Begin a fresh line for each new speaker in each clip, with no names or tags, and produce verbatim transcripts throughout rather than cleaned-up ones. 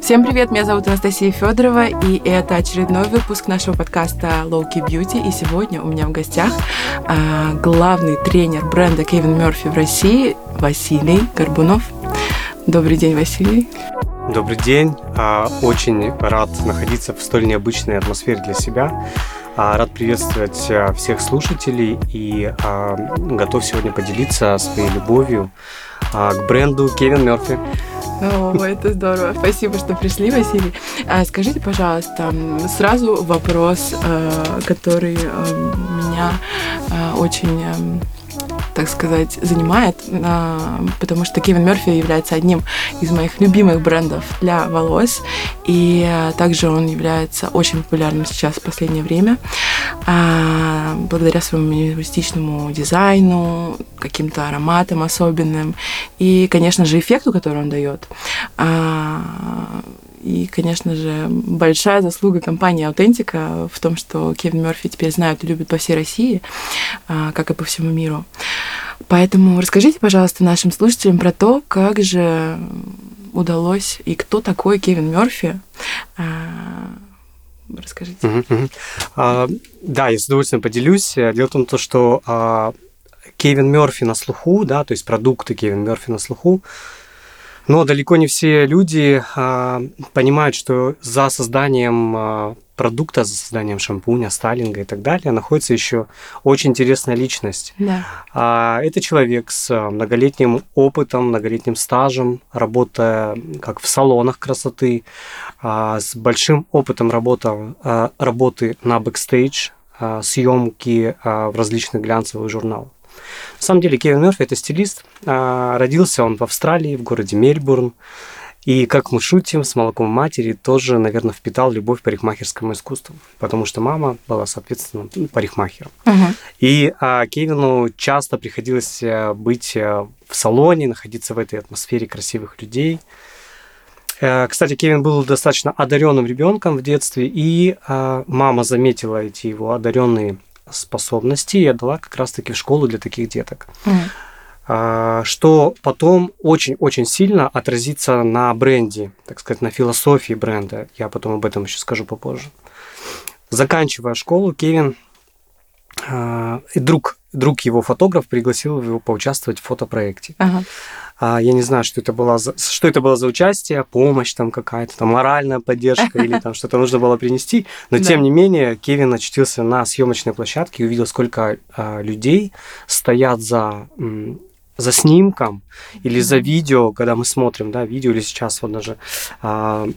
Всем привет, меня зовут Анастасия Федорова, и это очередной выпуск нашего подкаста Low Key Beauty. И сегодня у меня в гостях а, главный тренер бренда Kevin Murphy в России Василий Горбунов. Добрый день, Василий.
Добрый день. Очень рад находиться в столь необычной атмосфере для себя. Рад приветствовать всех слушателей и готов сегодня поделиться своей любовью к бренду Kevin Murphy.
О, это здорово. Спасибо, что пришли, Василий. Скажите, пожалуйста, сразу вопрос, который меня очень, так сказать, занимает, потому что Kevin Murphy является одним из моих любимых брендов для волос, и также он является очень популярным сейчас в последнее время, благодаря своему минималистичному дизайну, каким-то ароматам особенным и, конечно же, эффекту, который он дает. И, конечно же, большая заслуга компании Authentica в том, что Kevin Murphy теперь знают и любят по всей России, как и по всему миру. Поэтому расскажите, пожалуйста, нашим слушателям про то, как же удалось и кто такой Kevin Murphy. Расскажите.
Uh-huh, uh-huh. А, да, я с удовольствием поделюсь. Дело в том, что а, Kevin Murphy на слуху, да, то есть продукты Kevin Murphy на слуху, но далеко не все люди а, понимают, что за созданием а, продукта, за созданием шампуня, стайлинга и так далее находится еще очень интересная личность.
Да.
А, это человек с многолетним опытом, многолетним стажем, работая как в салонах красоты, а, с большим опытом работы, а, работы на бэкстейдж, а, съемки а, в различных глянцевых журналах. На самом деле Kevin Murphy – это стилист. Родился он в Австралии, в городе Мельбурн. И, как мы шутим, с молоком матери тоже, наверное, впитал любовь к парикмахерскому искусству, потому что мама была, соответственно, парикмахером. Uh-huh. И а, Кевину часто приходилось быть в салоне, находиться в этой атмосфере красивых людей. Кстати, Кевин был достаточно одаренным ребенком в детстве, и а, мама заметила эти его одаренные способности и отдала как раз-таки в школу для таких деток. Mm. Что потом очень-очень сильно отразится на бренде, так сказать, на философии бренда. Я потом об этом еще скажу попозже. Заканчивая школу, Кевин, и друг, друг его фотограф пригласил его поучаствовать в фотопроекте. Uh-huh. Я не знаю, что это было за, что это было за участие, помощь там какая-то, там моральная поддержка или там что-то нужно было принести. Но, тем не менее, Кевин очутился на съемочной площадке и увидел, сколько а, людей стоят за, м, за снимком или за видео, когда мы смотрим, да, видео, или сейчас вот даже а,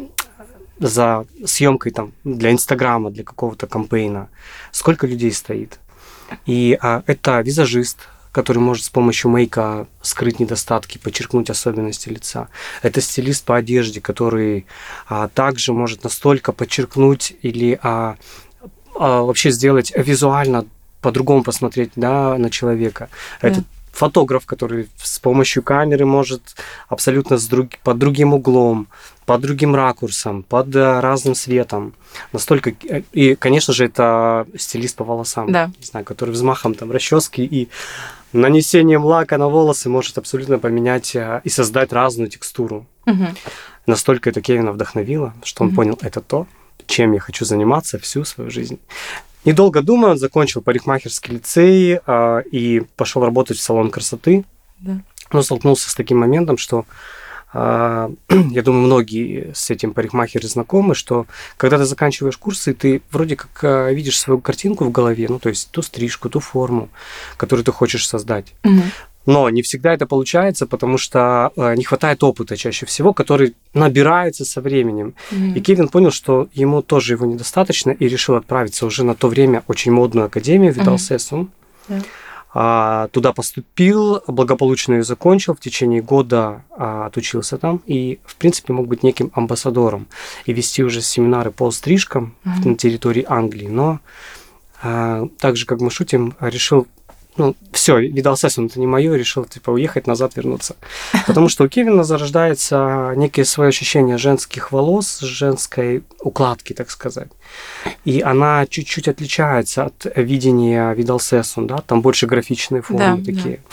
за съемкой там для Инстаграма, для какого-то кампейна. Сколько людей стоит. И а, это визажист, который может с помощью мейка скрыть недостатки, подчеркнуть особенности лица. Это стилист по одежде, который а, также может настолько подчеркнуть или а, а, вообще сделать визуально по-другому посмотреть, да, на человека. Yeah. Это фотограф, который с помощью камеры может абсолютно с друг... под другим углом, под другим ракурсом, под разным светом. Настолько... И, конечно же, это стилист по волосам,
да.
Не знаю, который взмахом там расчески и нанесением лака на волосы может абсолютно поменять и создать разную текстуру. Угу. Настолько это Кевина вдохновило, что он угу. понял, это то, чем я хочу заниматься всю свою жизнь. Недолго думая, он закончил парикмахерский лицей а, и пошел работать в салон красоты.
Да.
Но столкнулся с таким моментом, что, а, я думаю, многие с этим парикмахеры знакомы, что когда ты заканчиваешь курсы, ты вроде как а, видишь свою картинку в голове, ну, то есть ту стрижку, ту форму, которую ты хочешь создать. Угу. Но не всегда это получается, потому что э, не хватает опыта чаще всего, который набирается со временем. Mm-hmm. И Кевин понял, что ему тоже его недостаточно, и решил отправиться уже на то время очень модную академию Видал Сессон. Mm-hmm. Yeah. А, туда поступил, благополучно ее закончил, в течение года а, отучился там, и, в принципе, мог быть неким амбассадором и вести уже семинары по стрижкам mm-hmm. на территории Англии. Но а, так же, как мы шутим, решил... Ну, все, Видал Сессон, это не мое, решил, типа, уехать назад, вернуться. Потому что у Кевина зарождается некое свое ощущение женских волос, женской укладки, так сказать. И она чуть-чуть отличается от видения Видал Сессон, да, там больше графичные формы да, такие. Да.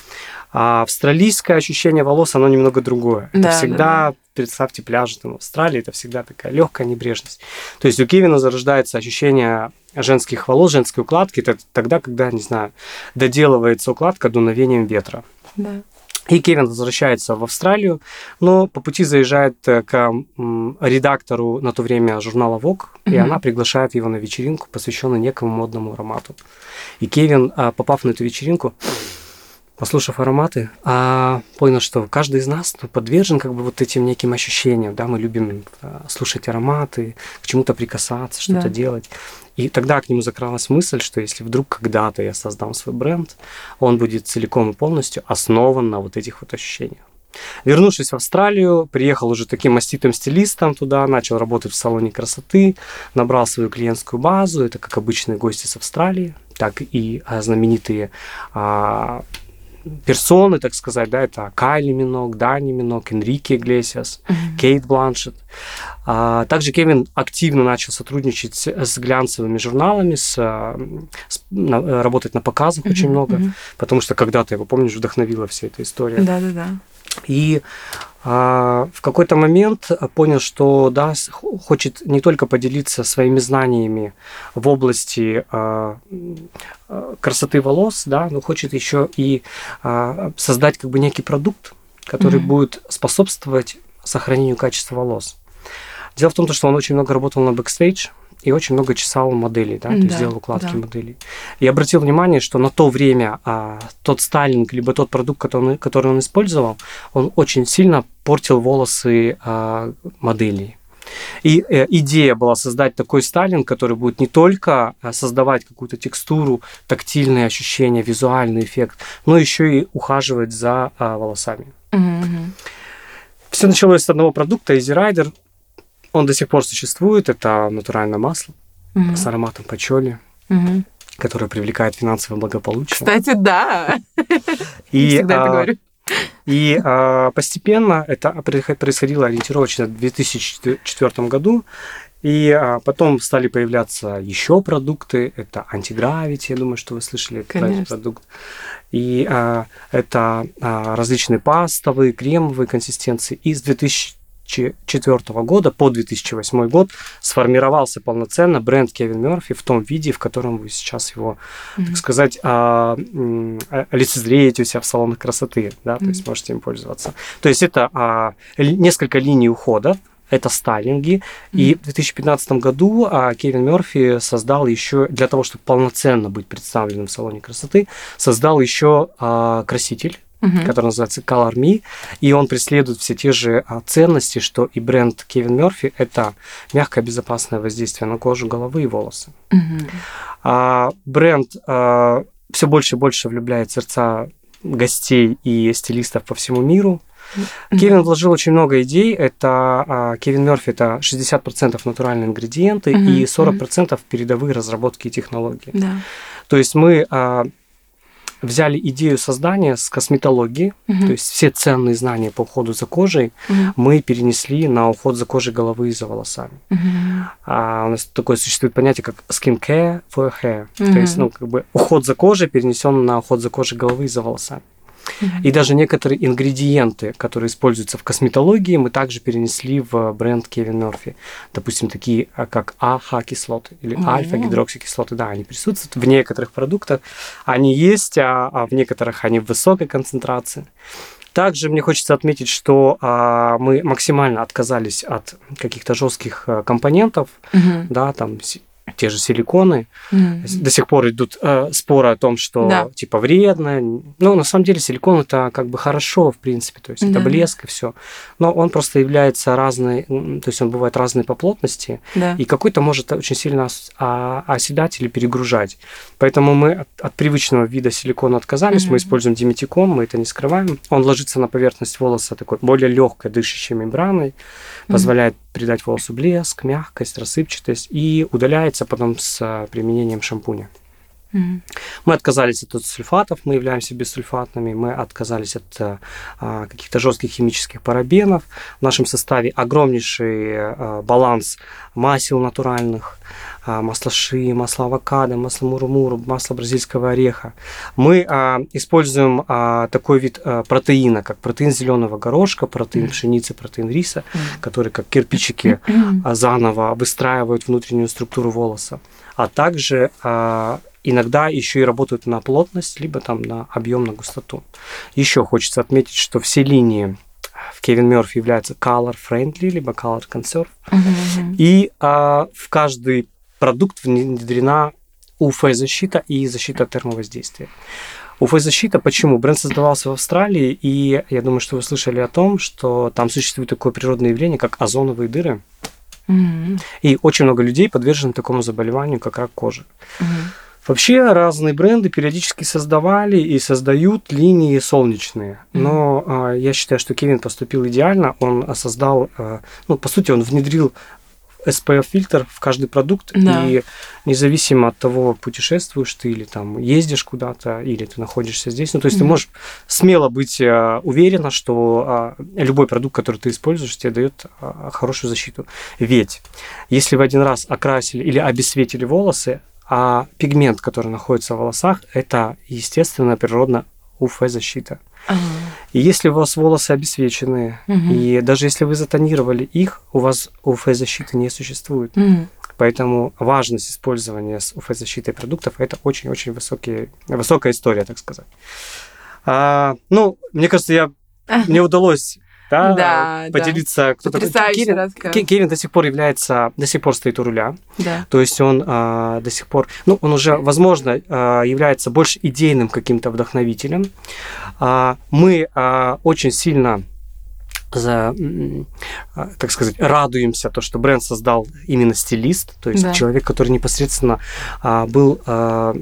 А австралийское ощущение волос, оно немного другое. Это
Да,
всегда,
да, да.
представьте, пляж там, в Австралии, это всегда такая легкая небрежность. То есть у Кевина зарождается ощущение женских волос, женской укладки, это тогда, когда, не знаю, доделывается укладка дуновением ветра.
Да.
И Кевин возвращается в Австралию, но по пути заезжает к м, редактору на то время журнала Vogue, и
Мгм.
она приглашает его на вечеринку, посвященную некому модному аромату. И Кевин, а, попав на эту вечеринку, послушав ароматы, а, понял, что каждый из нас ну, подвержен как бы вот этим неким ощущениям, да, мы любим а, слушать ароматы, к чему-то прикасаться, что-то
Да.
делать. И тогда к нему закралась мысль, что если вдруг когда-то я создам свой бренд, он будет целиком и полностью основан на вот этих вот ощущениях. Вернувшись в Австралию, приехал уже таким маститым стилистом туда, начал работать в салоне красоты, набрал свою клиентскую базу, это как обычные гости с Австралии, так и а, знаменитые а, персоны, так сказать, да, это Кайли Миног, Дани Миног, Энрике Иглесиас,
Мгм.
Кейт Бланшетт. А, также Кевин активно начал сотрудничать с, с глянцевыми журналами, с, а, с- на- работать на показах очень
Мгм.
много,
Мгм.
потому что когда-то его, помнишь, вдохновила вся эта история.
Да-да-да.
И а, в какой-то момент понял, что да, с- хо- хочет не только поделиться своими знаниями в области а, м, а, красоты волос, да, но хочет еще и а, создать как бы некий продукт, который
Мгм.
будет способствовать сохранению качества волос. Дело в том, что он очень много работал на бэкстейдж и очень много чесал моделей, да, то есть
Да,
делал укладки
да.
моделей. И обратил внимание, что на то время а, тот стайлинг, либо тот продукт, который он, который он использовал, он очень сильно портил волосы а, моделей. И э, идея была создать такой стайлинг, который будет не только а, создавать какую-то текстуру, тактильные ощущения, визуальный эффект, но еще и ухаживать за а, волосами.
Мгм. Мгм.
Все началось с одного продукта, Easy Rider. Он до сих пор существует. Это натуральное масло
Мгм.
с ароматом пачоли,
Мгм.
которое привлекает финансовое благополучие.
Кстати, да. Я
И,
всегда это
а,
говорю.
и а, постепенно это происход- происходило ориентировочно в две тысячи четвёртом году. И а, потом стали появляться еще продукты. Это антигравити, я думаю, что вы слышали про этот
Конечно.
продукт. И а, это а, различные пастовые, кремовые консистенции. И с две тысячи четвёртого года по две тысячи восьмой год сформировался полноценно бренд Кевин Мёрфи в том виде, в котором вы сейчас его, так
Мгм.
сказать, а, м, а- олицетворяете у себя в салонах красоты, да, то есть
Мгм.
можете им пользоваться. То есть это а, ли- несколько линий ухода, это стайлинги. И
Мгм.
в две тысячи пятнадцатом году а, Кевин Мёрфи создал еще, для того, чтобы полноценно быть представленным в салоне красоты, создал еще а, краситель,
Мгм.
который называется Color Me, и он преследует все те же а, ценности, что и бренд Кевин Мёрфи. Это мягкое безопасное воздействие на кожу, головы и волосы.
Мгм.
А бренд все больше и больше влюбляет в сердца гостей и стилистов по всему миру. Кевин
Да.
вложил очень много идей. Это а, Кевин Мёрфи это шестьдесят процентов натуральные ингредиенты
Мгм,
и сорок
мгм.
процентов передовые разработки и технологии.
Да.
То есть мы а, взяли идею создания с косметологии,
Мгм.
то есть все ценные знания по уходу за кожей
Мгм.
мы перенесли на уход за кожей головы и за волосами.
Мгм.
А у нас такое существует понятие, как skin care for hair. То
Мгм.
есть, ну, как бы уход за кожей перенесен на уход за кожей головы и за волосами.
Мгм.
И даже некоторые ингредиенты, которые используются в косметологии, мы также перенесли в бренд Кевин Мёрфи. Допустим, такие а, как АХ-кислоты или
О.
альфа-гидроксикислоты. Да, они присутствуют в некоторых продуктах. Они есть, а, а в некоторых они в высокой концентрации. Также мне хочется отметить, что а, мы максимально отказались от каких-то жестких а, компонентов,
Мгм.
да, там си- те же силиконы.
Мгм.
До сих пор идут э, споры о том, что
Да.
типа вредно. Ну, на самом деле силикон это как бы хорошо, в принципе, то есть это
Да.
блеск и все. Но он просто является разный, м, то есть он бывает разный по плотности,
Да.
и какой-то может очень сильно ос- а- оседать или перегружать. Поэтому мы от, от привычного вида силикона отказались,
Мгм.
мы используем диметикон, мы это не скрываем. Он ложится на поверхность волоса такой более легкой дышащей мембраной, позволяет придать волосу блеск, мягкость, рассыпчатость и удаляется потом с а, применением шампуня.
Mm-hmm.
Мы отказались от сульфатов, мы являемся бессульфатными, мы отказались от а, каких-то жестких химических парабенов. В нашем составе огромнейший а, баланс масел натуральных, а, масло ши, масло авокадо, масло мурумуру, масло бразильского ореха. Мы а, используем а, такой вид а, протеина, как протеин зеленого горошка, протеин mm-hmm. пшеницы, протеин риса, mm-hmm. которые как кирпичики mm-hmm. а, заново выстраивают внутреннюю структуру волоса. А также а, иногда еще и работают на плотность, либо там на объем, на густоту. Еще хочется отметить, что все линии в Kevin Murphy являются color friendly, либо color conserve. Uh-huh. И а, в каждый продукт внедрена ю ви-защита и защита от термовоздействия. ю ви-защита, почему? Бренд создавался в Австралии, и я думаю, что вы слышали о том, что там существует такое природное явление, как озоновые дыры. Mm-hmm. И очень много людей подвержены такому заболеванию, как рак кожи. Mm-hmm. Вообще разные бренды периодически создавали и создают линии солнечные. Но mm-hmm. э, я считаю, что Кевин поступил идеально. Он создал, э, ну, по сути, он внедрил эс пи эф-фильтр в каждый продукт. Да. И независимо от того, путешествуешь ты или там ездишь куда-то, или ты находишься здесь, ну, то есть mm-hmm. ты можешь смело быть э, уверена, что э, любой продукт, который ты используешь, тебе дает э, хорошую защиту. Ведь если вы один раз окрасили или обесцветили волосы, а пигмент, который находится в волосах, это естественная природная ю ви-защита. Uh-huh. И если у вас волосы обесцвечены, uh-huh. и даже если вы затонировали их, у вас ю ви-защиты не существует. Uh-huh. Поэтому важность использования ю ви-защитой продуктов – это очень-очень высокие, высокая история, так сказать. А, ну, мне кажется, я, uh-huh. мне удалось... Да,
да,
поделиться,
да.
Кто такой Кевин. Кевин до сих пор является, до сих пор стоит у руля.
Да.
То есть он а, до сих пор, ну, он уже, возможно, а, является больше идейным каким-то вдохновителем. А, мы а, очень сильно за, так сказать, радуемся то, что бренд создал именно стилист, то есть да. человек, который непосредственно а, был а,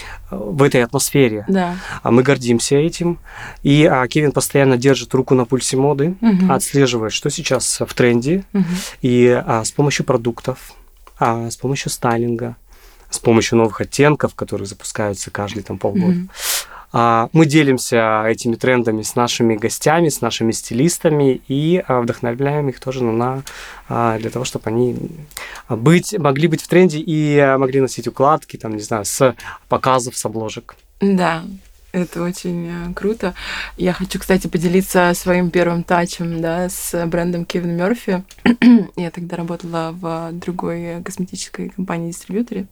в этой атмосфере.
Да.
А мы гордимся этим. И а, Кевин постоянно держит руку на пульсе моды, угу. отслеживает, что сейчас в тренде, угу. и а, с помощью продуктов, а, с помощью стайлинга, с помощью новых оттенков, которые запускаются каждый там полгода. Угу. Мы делимся этими трендами с нашими гостями, с нашими стилистами и вдохновляем их тоже на, для того, чтобы они быть, могли быть в тренде и могли носить укладки, там, не знаю, с показов, с обложек.
Да, это очень круто. Я хочу, кстати, поделиться своим первым тачем, да, с брендом Kevin Murphy. Я тогда работала в другой косметической компании-дистрибьюторе.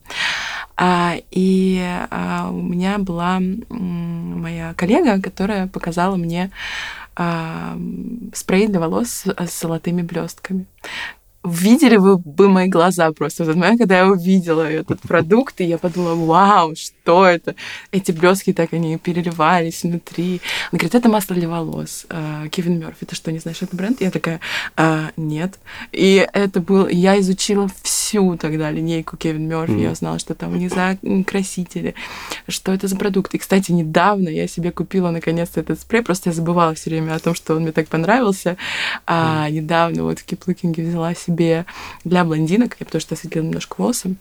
А, и а, у меня была м, моя коллега, которая показала мне а, спрей для волос с, с золотыми блестками. Видели вы бы мои глаза просто в тот момент, когда я увидела этот продукт, и я подумала, вау, что это? Эти блестки так они переливались внутри. Она говорит, это масло для волос. Kevin Murphy, ты что, не знаешь этот бренд? Я такая, а, нет. И это был, я изучила всю тогда линейку Kevin Murphy, mm. я узнала, что там у них за красители, что это за продукт. И, кстати, недавно я себе купила наконец-то этот спрей, просто я забывала все время о том, что он мне так понравился. А mm. недавно вот в Keep Looking взяла себе себе для блондинок, потому что осветлила немножко волосы.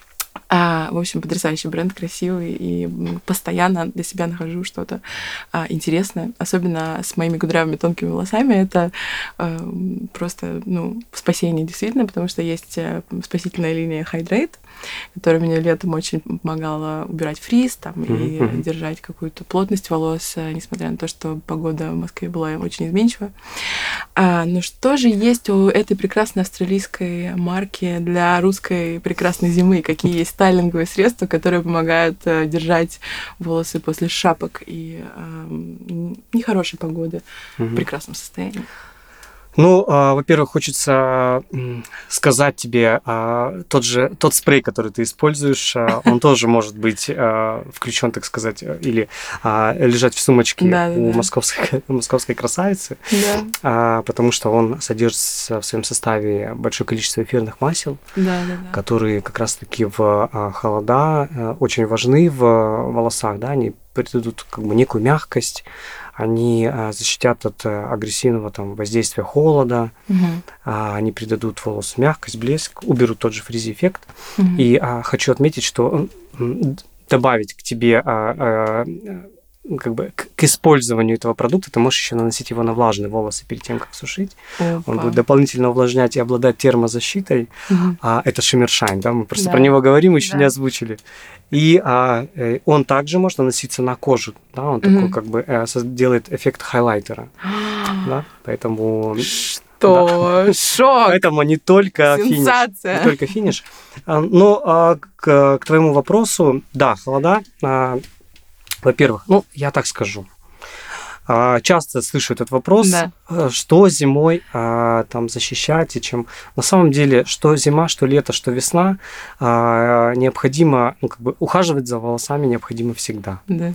А, в общем, потрясающий бренд, красивый, и постоянно для себя нахожу что-то а, интересное. Особенно с моими кудрявыми тонкими волосами. Это а, просто, ну, спасение действительно, потому что есть спасительная линия Hydrate, которая мне летом очень помогала убирать фриз там, mm-hmm. и держать какую-то плотность волос, несмотря на то, что погода в Москве была очень изменчива. А, но что же есть у этой прекрасной австралийской марки для русской прекрасной зимы? Какие есть стайлинговые средства, которые помогают э, держать волосы после шапок и э, нехорошей погоды mm-hmm. в прекрасном состоянии?
Ну, а, во-первых, хочется сказать тебе, а, тот же тот спрей, который ты используешь, а, он тоже может быть а, включен, так сказать, или а, лежать в сумочке да, у да, московской, да. московской красавицы, да. а, потому что он содержит в своем составе большое количество эфирных масел, да, да, да. которые как раз-таки в а, холода а, очень важны в волосах, да, они придадут как бы некую мягкость. Они а, защитят от а, агрессивного там, воздействия холода, угу. а, они придадут волосу мягкость, блеск, уберут тот же фризи-эффект. Угу. И а, хочу отметить, что добавить к тебе а, а, как бы к, к использованию этого продукта, ты можешь еще наносить его на влажные волосы перед тем, как сушить.
Опа.
Он будет дополнительно увлажнять и обладать термозащитой.
Угу.
А, это Shimmer Shine, да, мы просто
Да.
про него говорим, еще
Да.
не озвучили. И а, он также может наноситься на кожу, да, он
Мгм.
такой как бы э, делает эффект хайлайтера, да, поэтому...
Что? Шок!
Поэтому не только финиш.
Сенсация!
Не только финиш. А, Но а, к, к твоему вопросу, да, холода, а, во-первых, ну, я так скажу. А, часто слышу этот вопрос,
Да.
а, что зимой а, там защищать и чем. На самом деле, что зима, что лето, что весна, а, необходимо, ну, как бы ухаживать за волосами необходимо всегда.
Да.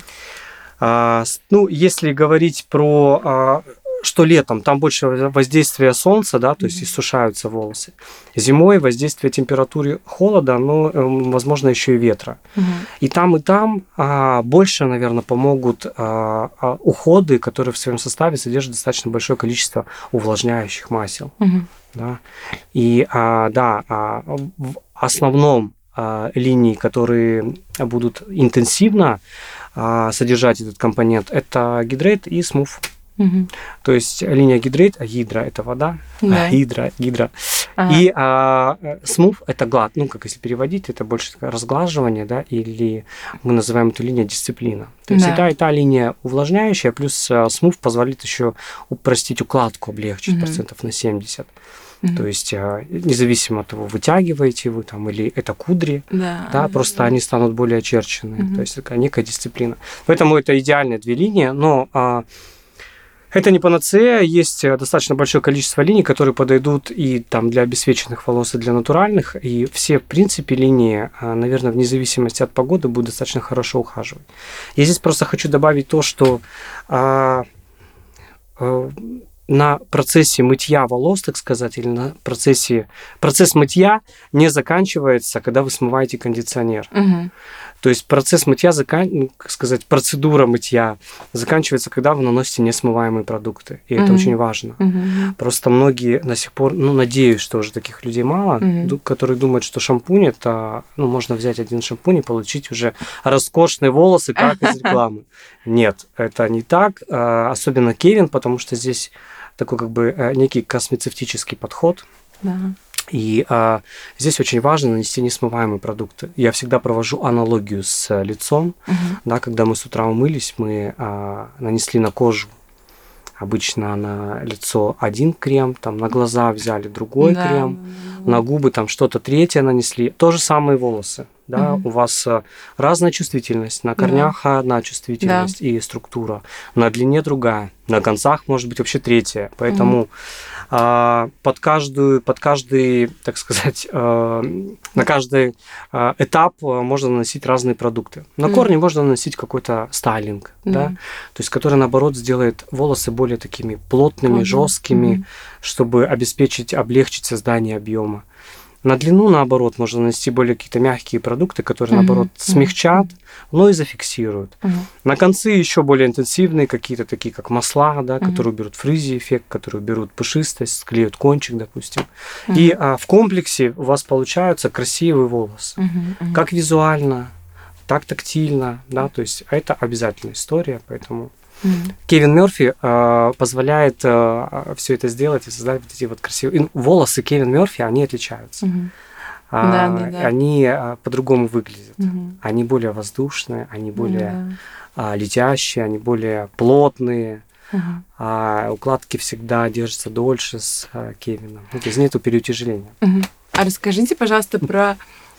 А, с- ну, если говорить про а, что летом, там больше воздействие солнца, да, то есть
Мгм.
иссушаются волосы. Зимой воздействие температуры холода, но, эм, возможно, еще и ветра.
Мгм.
И там, и там а, больше, наверное, помогут а, а, уходы, которые в своем составе содержат достаточно большое количество увлажняющих масел.
Мгм.
Да. И а, да, а, в основном а, линии, которые будут интенсивно а, содержать этот компонент, это гидрейт и смув.
Мгм.
То есть линия гидрейт, а гидра это вода,
Да.
а гидра, гидра.
Ага.
И а, смув это глад, ну как если переводить, это больше такое разглаживание, да, или мы называем эту линию дисциплина. То есть
Да.
и та, и та линия увлажняющая, плюс а, смув позволит еще упростить укладку, облегчить
Мгм.
процентов на семьдесят.
Мгм.
То есть а, независимо от того, вытягиваете вы там или это кудри,
Да.
да, просто они станут более очерченные.
Мгм.
То есть такая некая дисциплина. Поэтому это идеальные две линии, но а, это не панацея, есть э, достаточно большое количество линий, которые подойдут и там для обесцвеченных волос, и для натуральных, и все, в принципе, линии, а, наверное, вне зависимости от погоды, будут достаточно хорошо ухаживать. Я здесь просто хочу добавить то, что а, а, на процессе мытья волос, так сказать, или на процессе... Процесс мытья не заканчивается, когда вы смываете кондиционер.
Мгм.
То есть процесс мытья, закан... ну, как сказать, процедура мытья заканчивается, когда вы наносите несмываемые продукты. И это
Мгм.
очень важно.
Мгм.
Просто многие до сих пор, ну, надеюсь, что уже таких людей мало,
Мгм.
ду- которые думают, что шампунь это, ну, можно взять один шампунь и получить уже роскошные волосы, как из рекламы. Нет, это не так. А, Особенно Кевин, потому что здесь такой как бы э, некий космецевтический подход.
Да.
И а, здесь очень важно нанести несмываемые продукты. Я всегда провожу аналогию с э, лицом.
Мгм.
Да, когда мы с утра умылись, мы а, нанесли на кожу обычно на лицо один крем, там на глаза взяли другой
Да,
крем,
да, да,
на губы там что-то третье нанесли. То же самое и волосы. Да?
Мгм.
У вас а, разная чувствительность. На корнях одна чувствительность и структура, на длине другая, на концах может быть вообще третья. Поэтому а, под каждую, под каждый, так сказать, а, на каждый а, этап а, можно наносить разные продукты. На
Мгм.
корни можно наносить какой-то стайлинг, да,
Мгм.
то есть который наоборот сделает волосы более такими плотными,
Плотными.
жесткими,
Мгм.
чтобы обеспечить, облегчить создание объема. На длину, наоборот, можно нанести более какие-то мягкие продукты, которые,
Мгм.
наоборот,
Мгм.
смягчат, но и зафиксируют.
Мгм.
На концы еще более интенсивные какие-то такие, как масла, да,
Мгм.
которые уберут фризи эффект, которые уберут пушистость, склеют кончик, допустим.
Мгм.
И а, в комплексе у вас получаются красивые волосы.
Мгм. Мгм.
Как визуально, так тактильно, да, то есть это обязательная история, поэтому
Мгм.
Кевин Мёрфи э, позволяет все это сделать и создать вот эти вот красивые... И волосы Кевин Мёрфи, они отличаются.
Мгм.
А,
Да, да, да.
Они а, по-другому выглядят.
Мгм.
Они более воздушные, они более
Да.
а, летящие, они более плотные.
Мгм.
А укладки всегда держатся дольше с а, Кевином. Ну, то есть нету переутяжеления.
Мгм. А расскажите, пожалуйста, про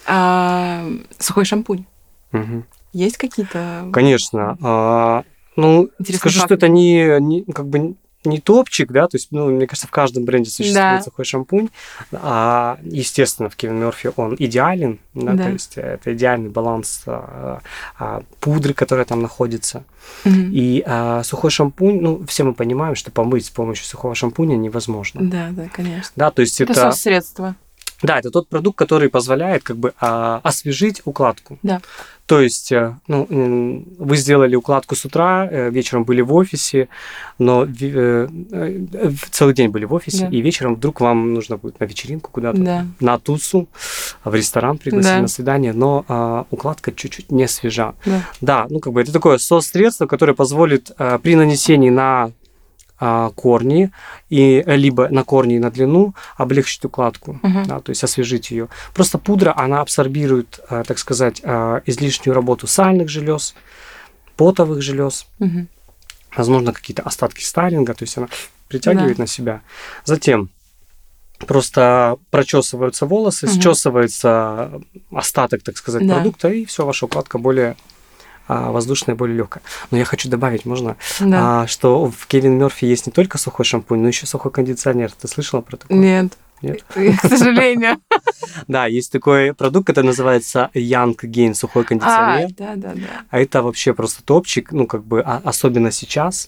а, сухой шампунь.
Мгм.
Есть какие-то...
Конечно. А, ну,
Интересные
скажу, что
факты.
это не, не, как бы не топчик, да, то есть, ну, мне кажется, в каждом бренде существует
Да.
сухой шампунь. А, естественно, в Кевин Мёрфи он идеален, да,
Да.
то есть это идеальный баланс а, а, пудры, которая там находится.
Мгм.
И а, сухой шампунь, ну, все мы понимаем, что помыть с помощью сухого шампуня невозможно.
Да, да, конечно.
Да, то есть
Это
это...
соцсредство.
Да, это тот продукт, который позволяет как бы а, освежить укладку.
Да.
То есть, ну, вы сделали укладку с утра, вечером были в офисе, но целый день были в офисе, да. И вечером вдруг вам нужно будет на вечеринку куда-то, да. На тусу, в ресторан пригласили, да. На свидание, но а, укладка чуть-чуть не свежа. Да. Да, ну как бы это такое соцсредство, которое позволит а, при нанесении на корни, и либо на корни и на длину облегчить укладку, uh-huh. да, то есть освежить ее. Просто пудра, она абсорбирует, так сказать, излишнюю работу сальных желез, потовых желез, uh-huh. возможно, какие-то остатки стайлинга, то есть она притягивает да. на себя. Затем просто прочесываются волосы, uh-huh. счесывается остаток, так сказать, да. продукта, и все, ваша укладка более воздушная, более легкая. Но я хочу добавить, можно, да. а, что в Кевин Мёрфи есть не только сухой шампунь, но еще сухой кондиционер. Ты слышала про такое?
Нет. Нет? К сожалению.
Да, есть такой продукт, который называется Young Gain сухой кондиционер.
А, да, да, да.
А это вообще просто топчик, ну, как бы, особенно сейчас.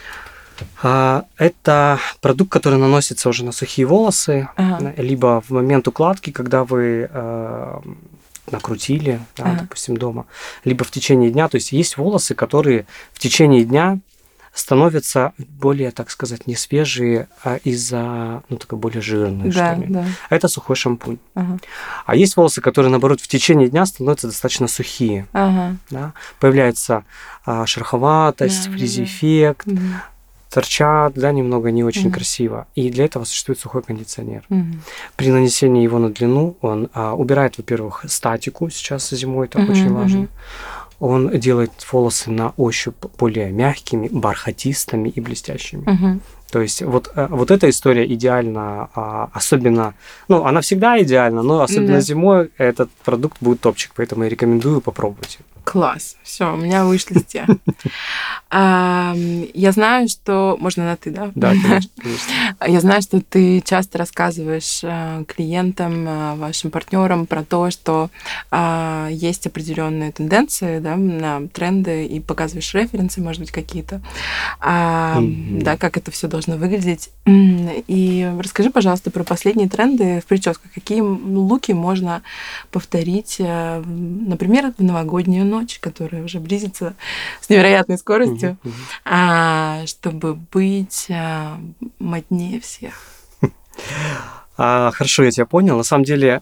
Это продукт, который наносится уже на сухие волосы, ага. либо в момент укладки, когда вы накрутили, да, ага. допустим, дома, либо в течение дня. То есть есть волосы, которые в течение дня становятся более, так сказать, не свежие, а из-за, ну, такой более жирные, да, что ли. Да. Это сухой шампунь. Ага. А есть волосы, которые, наоборот, в течение дня становятся достаточно сухие. Ага. Да? Появляется а, шероховатость, да, фриз-эффект, да. торчат, да, немного не очень mm-hmm. красиво. И для этого существует сухой кондиционер. Mm-hmm. При нанесении его на длину он а, убирает, во-первых, статику, сейчас зимой это mm-hmm. очень важно. Он делает волосы на ощупь более мягкими, бархатистыми и блестящими. Mm-hmm. То есть вот, вот эта история идеальна, особенно, ну, она всегда идеальна, но особенно да. зимой этот продукт будет топчик, поэтому я рекомендую попробовать.
Класс, все, у меня вышли Я знаю, что... Можно на «ты», да?
Да, конечно, конечно.
Я знаю, что ты часто рассказываешь клиентам, вашим партнерам про то, что есть определенные тенденции, да, на тренды, и показываешь референсы, может быть, какие-то, mm-hmm. да, как это все должно выглядеть. И расскажи, пожалуйста, про последние тренды в прическах. Какие луки можно повторить, например, в новогоднюю ночь, которая уже близится с невероятной скоростью, uh-huh, uh-huh. чтобы быть моднее всех.
А, хорошо, я тебя понял. На самом деле,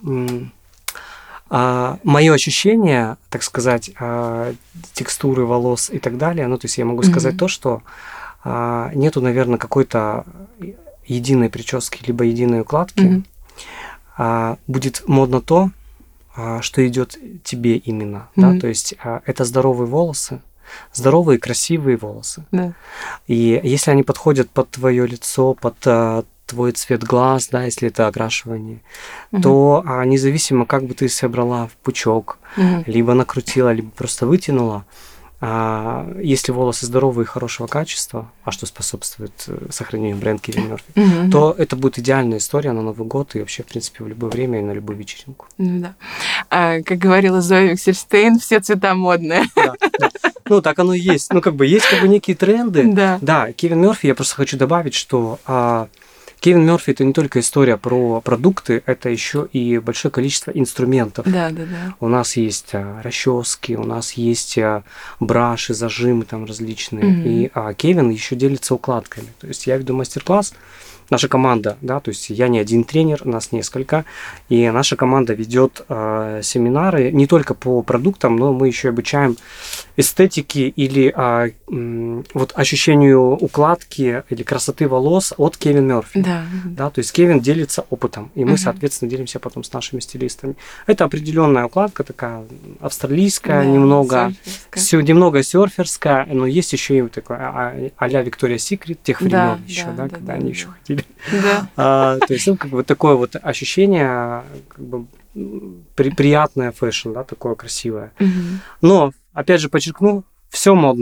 а, мое ощущение, так сказать, а, текстуры волос и так далее, ну, то есть я могу сказать uh-huh. то, что а, нету, наверное, какой-то единой прически, либо единой укладки. Uh-huh. А, будет модно то, что идет тебе именно, mm-hmm. да, то есть это здоровые волосы, здоровые красивые волосы, да. И если они подходят под твое лицо, под твой цвет глаз, да, если это окрашивание, mm-hmm. то независимо, как бы ты собрала в пучок, mm-hmm. либо накрутила, либо просто вытянула, если волосы здоровые и хорошего качества, а что способствует сохранению бренда Кевин Мёрфи, mm-hmm. то это будет идеальная история на Новый год и вообще, в принципе, в любое время и на любую вечеринку.
Да. А, как говорила Зоя Виксельштейн, все цвета модные.
Да, да. Ну, так оно и есть. Ну, как бы есть как бы некие тренды.
Да.
Да, Кевин Мёрфи, я просто хочу добавить, что а, Кевин Мёрфи – это не только история про продукты, это еще и большое количество инструментов.
Да, да, да.
У нас есть а, расчески, у нас есть а, браши, зажимы там различные. Mm-hmm. И а, Кевин еще делится укладками. То есть я веду мастер-класс, наша команда, да, то есть я не один тренер, нас несколько, и наша команда ведет э, семинары не только по продуктам, но мы еще обучаем эстетике или э, э, вот ощущению укладки или красоты волос от Кевин Мёрфи.
Да.
Да, то есть Кевин делится опытом, и мы, uh-huh. соответственно, делимся потом с нашими стилистами. Это определенная укладка такая австралийская, да, немного, сё, немного серферская, но есть еще и такое а-ля Victoria's Secret тех времен да, еще, да, да, когда да, они да. еще ходили.
Да.
А, то есть, ну, как бы такое вот ощущение, как бы, при, приятное фэшн, да, такое красивое. Угу. Но, опять же, подчеркну, все модно.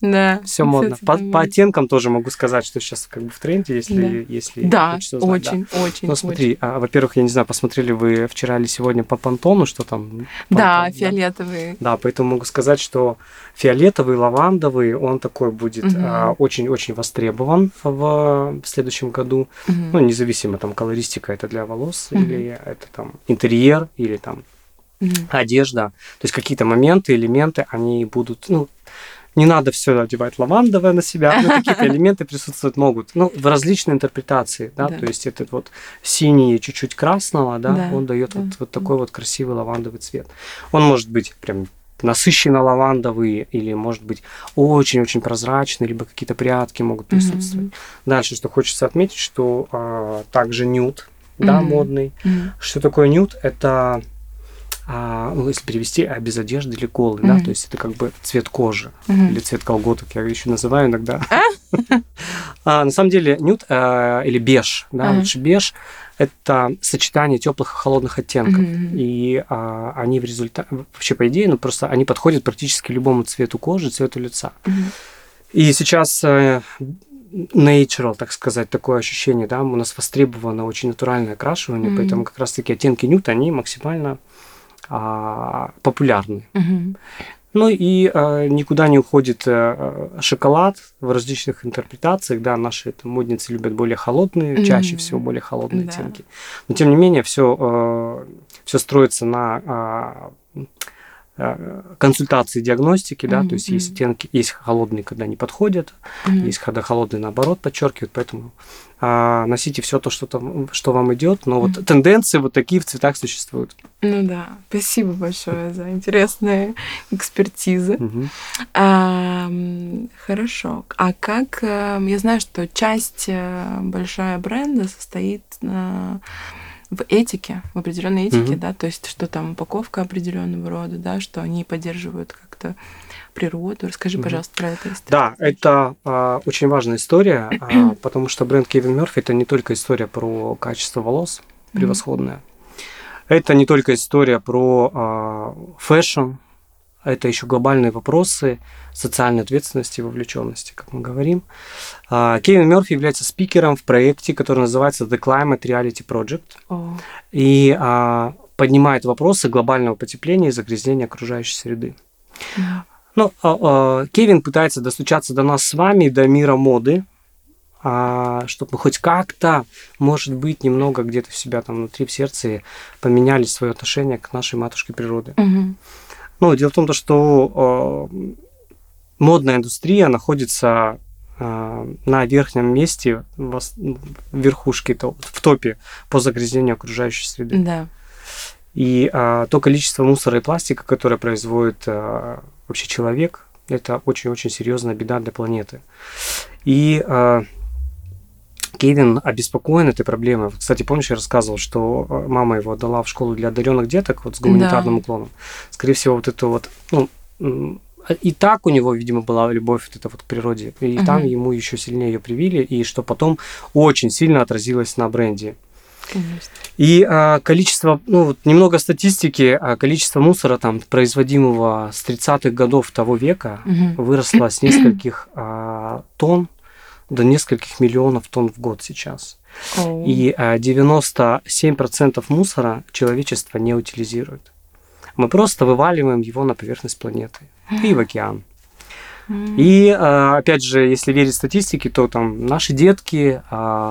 Да.
Все модно. По, по оттенкам тоже могу сказать, что сейчас как бы в тренде, если,
да.
если
да,
хочется узнать.
очень,
да,
очень.
Ну, смотри,
очень.
А, во-первых, я не знаю, посмотрели вы вчера или сегодня по Пантону, что там? Пантон,
да,
да,
фиолетовый.
Да, поэтому могу сказать, что фиолетовый, лавандовый, он такой будет угу. а, очень-очень востребован в, в следующем году. Угу. Ну, независимо, там, колористика это для волос, угу. или это там интерьер, или там mm-hmm. одежда. То есть какие-то моменты, элементы, они будут, ну, не надо все одевать лавандовое на себя, но какие-то элементы присутствовать могут. Ну, в различной интерпретации, да, да. то есть этот вот синий, чуть-чуть красного, да, да. он дает да. вот, вот такой вот красивый лавандовый цвет. Он может быть прям насыщенно лавандовый, или может быть очень-очень прозрачный, либо какие-то прядки могут присутствовать. Mm-hmm. Дальше, что хочется отметить, что а, также нюд, mm-hmm. да, модный. Mm-hmm. Что такое нюд? Это А, ну, если перевести, а без одежды или голый, mm-hmm. да, то есть это как бы цвет кожи mm-hmm. или цвет колготок, я еще называю иногда. а, на самом деле нюд а, или беж, да, лучше беж, это сочетание теплых и холодных оттенков, mm-hmm. и а, они в результате, вообще по идее, ну просто они подходят практически любому цвету кожи, цвету лица. Mm-hmm. И сейчас natural, так сказать, такое ощущение, да, у нас востребовано очень натуральное окрашивание, mm-hmm. поэтому как раз-таки оттенки нюд, они максимально А, популярны. Uh-huh. Ну и а, никуда не уходит а, шоколад в различных интерпретациях. Да, наши там, модницы любят более холодные, uh-huh. чаще всего более холодные uh-huh. оттенки. Но тем не менее, все, а, все строится на а, а, консультации диагностики, да, uh-huh. то есть есть оттенки, есть холодные, когда не подходят, uh-huh. есть когда холодные наоборот подчеркивают, поэтому а, носите все то, что, там, что вам идет, но вот mm-hmm. тенденции вот такие в цветах существуют.
Ну да, спасибо большое за интересные экспертизы.
Mm-hmm.
А, хорошо. А как... Я знаю, что часть большая бренда состоит в этике, в определенной этике, mm-hmm. да, то есть что там упаковка определенного рода, да, что они поддерживают как-то природу. Расскажи, mm-hmm. пожалуйста, про это.
Да, это а, очень важная история, а, потому что бренд Кевин Мёрфи это не только история про качество волос превосходное, mm-hmm. это не только история про а, фэшн, это еще глобальные вопросы социальной ответственности и вовлеченности, как мы говорим. А, Кевин Мёрфи является спикером в проекте, который называется The Climate Reality Project, oh. и а, поднимает вопросы глобального потепления и загрязнения окружающей среды. Mm-hmm. Ну, Кевин пытается достучаться до нас с вами, до мира моды, чтобы мы хоть как-то, может быть, немного где-то в себя там внутри, в сердце поменяли свое отношение к нашей матушке природы. Угу. Ну, дело в том, что модная индустрия находится на верхнем месте, в верхушке, в топе по загрязнению окружающей среды.
Да.
И а, то количество мусора и пластика, которое производит а, вообще человек, это очень-очень серьезная беда для планеты. И а, Кевин обеспокоен этой проблемой. Кстати, помнишь, я рассказывал, что мама его отдала в школу для одаренных деток вот, с гуманитарным да. уклоном. Скорее всего, вот это вот... Ну, и так у него, видимо, была любовь вот это вот к природе. И угу. там ему еще сильнее ее привили, и что потом очень сильно отразилось на бренде.
Конечно.
И а, количество, ну вот немного статистики, а, количество мусора там производимого с тридцатых годов того века угу. выросло с нескольких а, тонн до нескольких миллионов тонн в год сейчас. Oh. И а, девяносто семь процентов мусора человечество не утилизирует. Мы просто вываливаем его на поверхность планеты и в океан. И, опять же, если верить статистике, то там наши детки,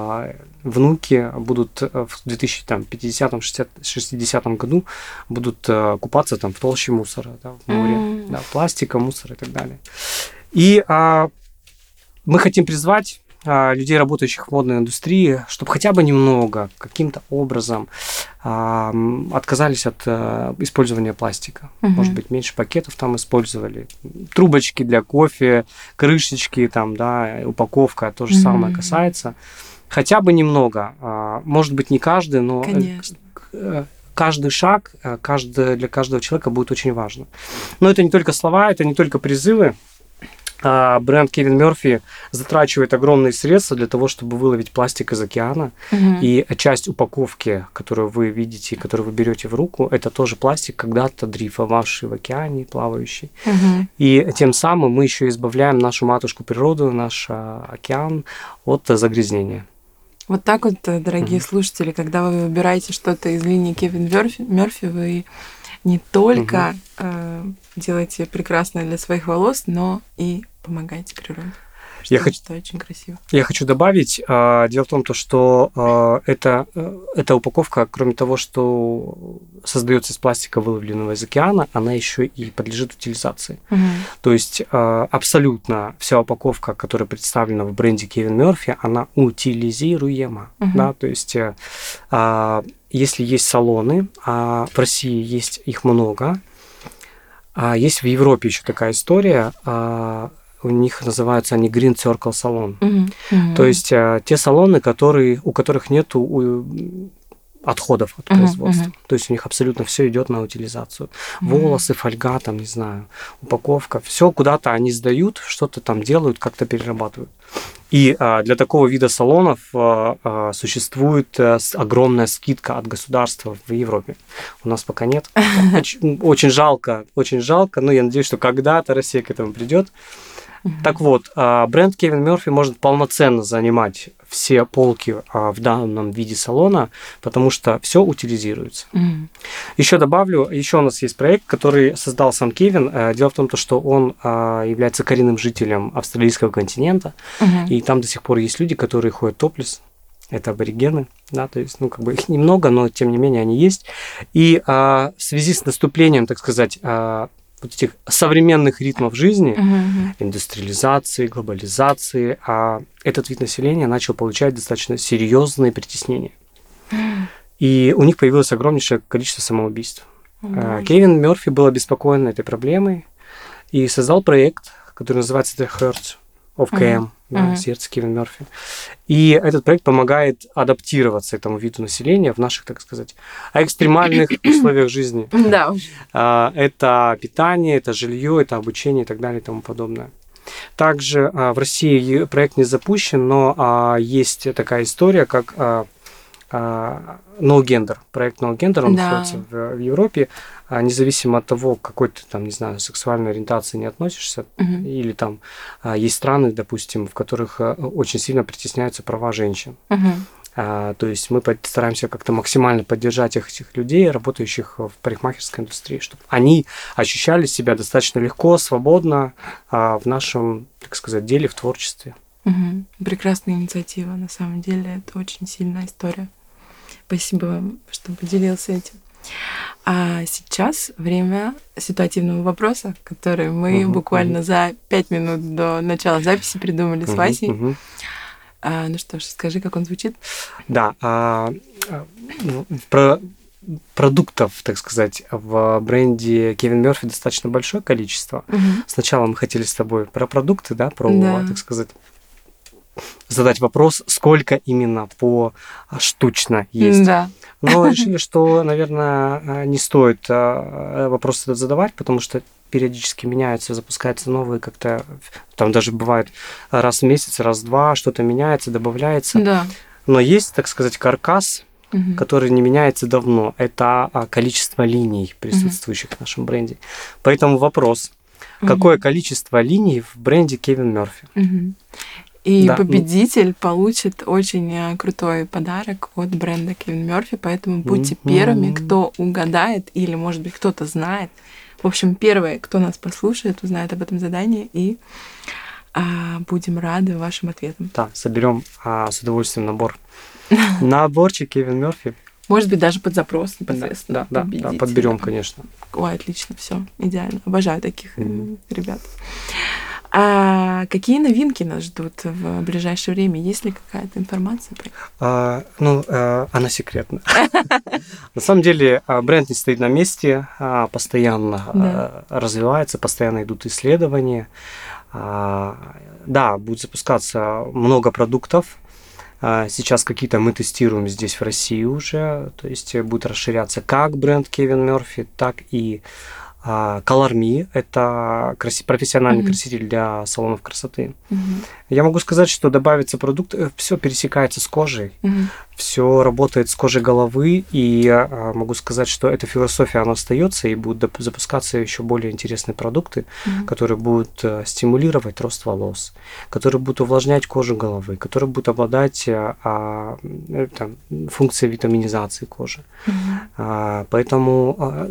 внуки будут в две тысячи пятидесятом — шестидесятом году будут купаться там в толще мусора, да, в море, mm. да, пластика, мусора и так далее. И а, мы хотим призвать а, людей, работающих в модной индустрии, чтобы хотя бы немного, каким-то образом а, отказались от а, использования пластика. Uh-huh. Может быть, меньше пакетов там использовали. Трубочки для кофе, крышечки, там, да, упаковка, то же uh-huh. самое касается. Хотя бы немного. А, может быть, не каждый, но
Конечно.
каждый шаг каждый, для каждого человека будет очень важно. Но это не только слова, это не только призывы. бренд Кевин Мёрфи затрачивает огромные средства для того, чтобы выловить пластик из океана.
Мгм.
И часть упаковки, которую вы видите, которую вы берете в руку, это тоже пластик, когда-то дрейфовавший в океане, плавающий.
Мгм.
И тем самым мы еще избавляем нашу матушку природу, наш а, океан от загрязнения.
Вот так вот, э, дорогие
Мгм.
слушатели, когда вы выбираете что-то из линии Кевин Мёрфи, Мёрфи, вы не только э, делаете прекрасное для своих волос, но и помогаете природе. Что,
Я хочу-
что очень красиво.
Я хочу добавить, а, дело в том, то, что а, эта, э, эта упаковка, кроме того, что создается из пластика, выловленного из океана, она еще и подлежит утилизации.
Мгм.
То есть а, абсолютно вся упаковка, которая представлена в бренде Кевин Мёрфи, она утилизируема.
Мгм.
Да? То есть э, а, если есть салоны, а в России есть их много, а есть в Европе еще такая история, а, у них называются они Green Circle салон.
Мгм. Мгм.
То есть э, те салоны, которые, у которых нет отходов от
Мгм,
производства.
мгм.
То есть у них абсолютно все идет на утилизацию.
Мгм.
Волосы, фольга, там, не знаю, упаковка, все куда-то они сдают, что-то там делают, как-то перерабатывают. И а, для такого вида салонов а, а, существует а, с- огромная скидка от государства в Европе. У нас пока нет. Очень, очень жалко, очень жалко, но я надеюсь, что когда-то Россия к этому придет.
Мгм.
Так вот, а, бренд Кевин Мёрфи может полноценно занимать все полки а, в данном виде салона, потому что все утилизируется.
Мгм.
Еще добавлю, еще у нас есть проект, который создал сам Кевин. Э, Дело в том, то, что он а, является коренным жителем австралийского континента,
Мгм.
и там до сих пор есть люди, которые ходят топлес. Это аборигены, да, то есть, ну, как бы их немного, но тем не менее они есть. И а, в связи с наступлением, так сказать, а, вот этих современных ритмов жизни,
Мгм.
индустриализации, глобализации, а этот вид населения начал получать достаточно серьезные притеснения. И у них появилось огромнейшее количество самоубийств. А,
Боже.
Кевин Мёрфи был обеспокоен этой проблемой и создал проект, который называется The Heart of K M, да,
Мгм.
сердце Кевин Мёрфи. И этот проект помогает адаптироваться этому виду населения в наших, так сказать, экстремальных условиях жизни.
Да уж.
А, Это питание, это жилье, это обучение и так далее и тому подобное. Также а, в России проект не запущен, но а, есть такая история, как а, а, No Gender. Проект No Gender, он
Да.
находится в, в Европе. А, независимо от того, к какой ты там, не знаю, сексуальной ориентации не относишься,
Мгм.
или там а, есть страны, допустим, в которых а, очень сильно притесняются права женщин.
Мгм.
А, то есть мы под- стараемся как-то максимально поддержать этих, этих людей, работающих в парикмахерской индустрии, чтобы они ощущали себя достаточно легко, свободно а, в нашем, так сказать, деле, в творчестве.
Мгм. Прекрасная инициатива, на самом деле. Это очень сильная история. Спасибо вам, что поделился этим. А сейчас время ситуативного вопроса, который мы
Мгм,
буквально за пять минут до начала записи придумали с
Мгм,
Васей.
мгм.
А, ну что ж, скажи, как он звучит.
Да, а, а, ну, про продуктов, так сказать, в бренде Кевин Мёрфи достаточно большое количество.
Мгм.
Сначала мы хотели с тобой про продукты, да, про,
Да.
так сказать, задать вопрос, сколько именно по штучно есть.
Да.
Но решили, что, наверное, не стоит а, вопрос этот задавать, потому что периодически меняются, запускаются новые как-то, там даже бывает раз в месяц, раз в два, что-то меняется, добавляется.
Да.
Но есть, так сказать, каркас,
Мгм.
который не меняется давно. Это а, количество линий, присутствующих в нашем бренде. Поэтому вопрос, какое
Мгм.
количество линий в бренде Кевин Мёрфи?
Мгм. И
Да, ну-
победитель получит очень э, крутой подарок от бренда Кевин Мёрфи, поэтому будьте
Мгм.
первыми, кто угадает, или, может быть, кто-то знает. В общем, первые, кто нас послушает, узнает об этом задании, и а, будем рады вашим ответам.
Да, соберем а, с удовольствием набор. Наборчик Кевин Мёрфи.
Может быть, даже под запрос
Да,
непосредственно.
да, да, да,
победителя.
подберем, конечно.
Ой, отлично, все, идеально. Обожаю таких э,
Мгм.
ребят. А какие новинки нас ждут в ближайшее время? Есть ли какая-то информация про них?
А, ну, а, она секретна. На самом деле а, бренд не стоит на месте, а, постоянно а, развивается, постоянно идут исследования. А, Да, будет запускаться много продуктов. А, Сейчас какие-то мы тестируем здесь в России уже, то есть будет расширяться как бренд Кевин Мёрфи, так и Color Me – это краси- профессиональный mm-hmm. краситель для салонов красоты. Mm-hmm. Я могу сказать, что добавится продукт, все пересекается с кожей, mm-hmm. все работает с кожей головы, и а, могу сказать, что эта философия, она остается, и будут запускаться еще более интересные продукты, mm-hmm. которые будут а, стимулировать рост волос, которые будут увлажнять кожу головы, которые будут обладать а, а, там, функцией витаминизации кожи. Mm-hmm. А, поэтому... А,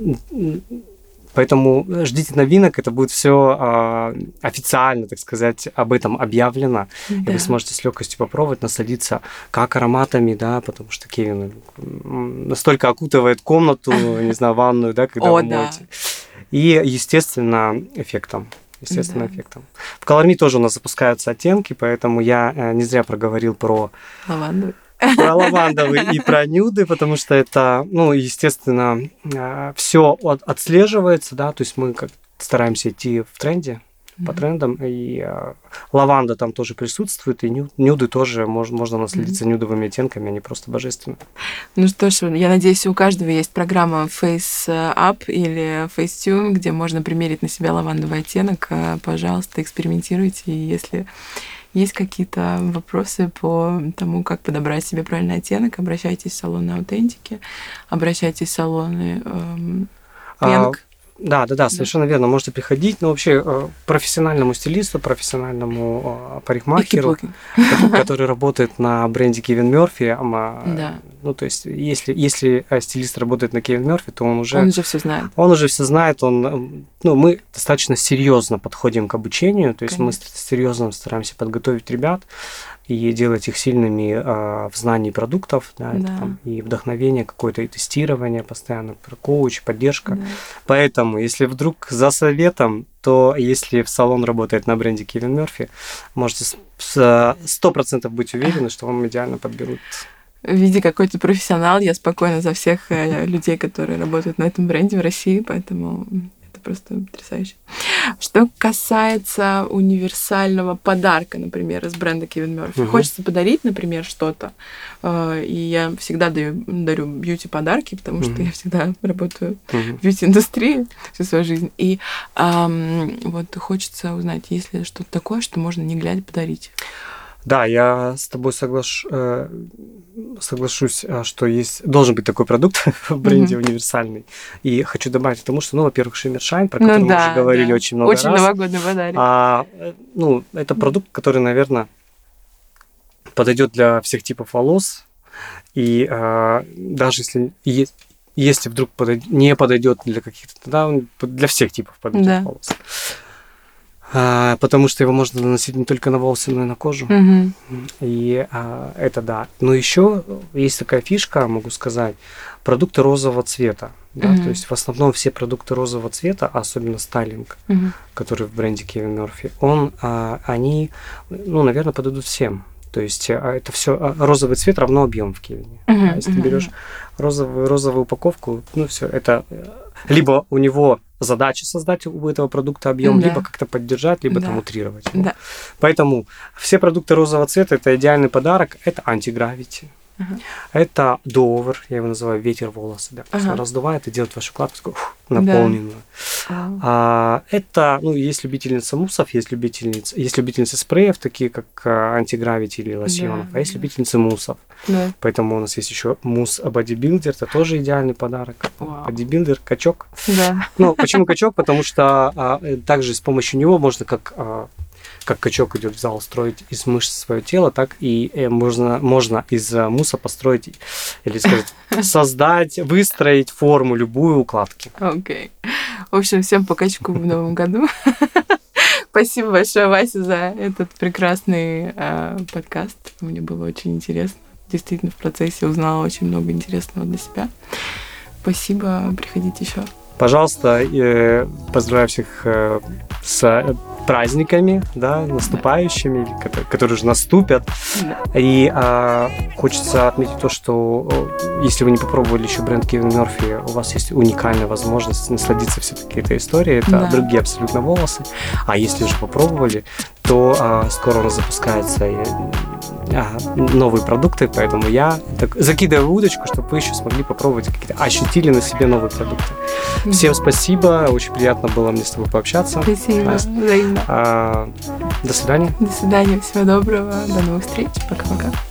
Поэтому ждите новинок, это будет все э, официально, так сказать, об этом объявлено, да. И вы сможете с легкостью попробовать, насладиться как ароматами, да, потому что Кевин настолько окутывает комнату, не знаю, ванную, да, когда вы моете. И, естественно, эффектом. Естественно, да. эффектом. В Color Me тоже у нас запускаются оттенки, поэтому я э, не зря проговорил про...
Лаванду.
Про лавандовый и про нюды, потому что это, ну, естественно, все отслеживается, да, то есть мы как стараемся идти в тренде, mm-hmm. по трендам, и а, лаванда там тоже присутствует, и ню, нюды тоже мож, можно насладиться mm-hmm. нюдовыми оттенками, они просто божественны.
Ну что ж, я надеюсь, у каждого есть программа Face Up или Facetune, где можно примерить на себя лавандовый оттенок. Пожалуйста, экспериментируйте, и если... есть какие-то вопросы по тому, как подобрать себе правильный оттенок, обращайтесь в салоны аутентики, обращайтесь в салоны эм, Пенк.
Да, да, да, совершенно да. верно. Можете приходить, но вообще профессиональному стилисту, профессиональному парикмахеру, который работает на бренде Кевин Мёрфи.
Да.
Ну, то есть, если, если стилист работает на Кевин Мёрфи, то он уже...
Он уже все знает.
Он уже все знает. Он, ну, мы достаточно серьезно подходим к обучению, то есть Конечно. мы серьезно стараемся подготовить ребят и делать их сильными э, в знании продуктов, да, да. Это, там, и вдохновение какое-то, и тестирование постоянно, коуч, поддержка. Да. Поэтому, если вдруг за советом, то если в салон работает на бренде Кевин Мёрфи, можете сто процентов быть уверены, что вам идеально подберут.
Видя какой-то профессионал, я спокойна за всех людей, которые работают на этом бренде в России, поэтому... просто потрясающе. Что касается универсального подарка, например, из бренда Кевин Мёрфи, угу. хочется подарить, например, что-то, и я всегда даю, дарю бьюти-подарки, потому что угу. я всегда работаю угу. в бьюти-индустрии всю свою жизнь, и эм, вот хочется узнать, есть ли что-то такое, что можно не глядя подарить.
Да, я с тобой соглаш... соглашусь, что есть должен быть такой продукт в бренде mm-hmm. универсальный. И хочу добавить к тому, что, ну, во-первых, Shimmer Shine, про который ну, да, мы уже говорили да. очень много
очень
раз.
Очень новогодний подарок.
А, ну, это продукт, который, наверное, подойдет для всех типов волос. И а, даже если есть, если вдруг подойд... не подойдет для каких-то, тогда он для всех типов подойдет да. волос. А, потому что его можно наносить не только на волосы, но и на кожу. Mm-hmm. И а, это да. Но еще есть такая фишка, могу сказать, продукты розового цвета. Да? Mm-hmm. То есть в основном все продукты розового цвета, особенно стайлинг, mm-hmm. который в бренде Кевин Мёрфи, он, а, они, ну, наверное, подойдут всем. То есть это все розовый цвет равно объем в Кевине. Uh-huh, а если uh-huh. ты берешь розовую, розовую упаковку, ну все, это либо у него задача создать у этого продукта объем, да. либо как-то поддержать, либо да. там утрировать его. Да. Поэтому все продукты розового цвета это идеальный подарок. Это антигравити. Uh-huh. Это довер, я его называю ветер волосы, да, uh-huh. раздувает и делает вашу кладку такую, ух, наполненную. Да. Uh-huh. А, это, ну, есть любительница муссов, есть любительница, есть любительницы спреев, такие как антигравити или лосьонов, да. а есть любительницы муссов. Да. Поэтому у нас есть еще мусс бодибилдер, это тоже идеальный подарок. Wow. Бодибилдер, качок. Да. Ну, почему качок? Потому что а, также с помощью него можно как а, как качок идет в зал, строить из мышц свое тело, так и э, можно, можно из мусса построить, или сказать, создать, выстроить форму любую укладки.
Окей. Okay. В общем, всем по качку в новом году. Спасибо большое, Вася, за этот прекрасный э, подкаст. Мне было очень интересно. Действительно, в процессе узнала очень много интересного для себя. Спасибо. Приходите еще.
Пожалуйста, э, поздравляю всех э, с праздниками, да, наступающими, которые, которые уже наступят. Да. И э, хочется отметить то, что э, если вы не попробовали еще бренд Кевин Мёрфи, у вас есть уникальная возможность насладиться все-таки этой историей. Это да. другие абсолютно волосы. А если уже попробовали, то э, скоро у нас запускается новые продукты, поэтому я так закидываю удочку, чтобы вы еще смогли попробовать какие-то, ощутили на себе новые продукты. Всем спасибо, очень приятно было мне с тобой пообщаться.
Спасибо, взаимно.
А, до свидания.
До свидания, всего доброго, до новых встреч, пока-пока.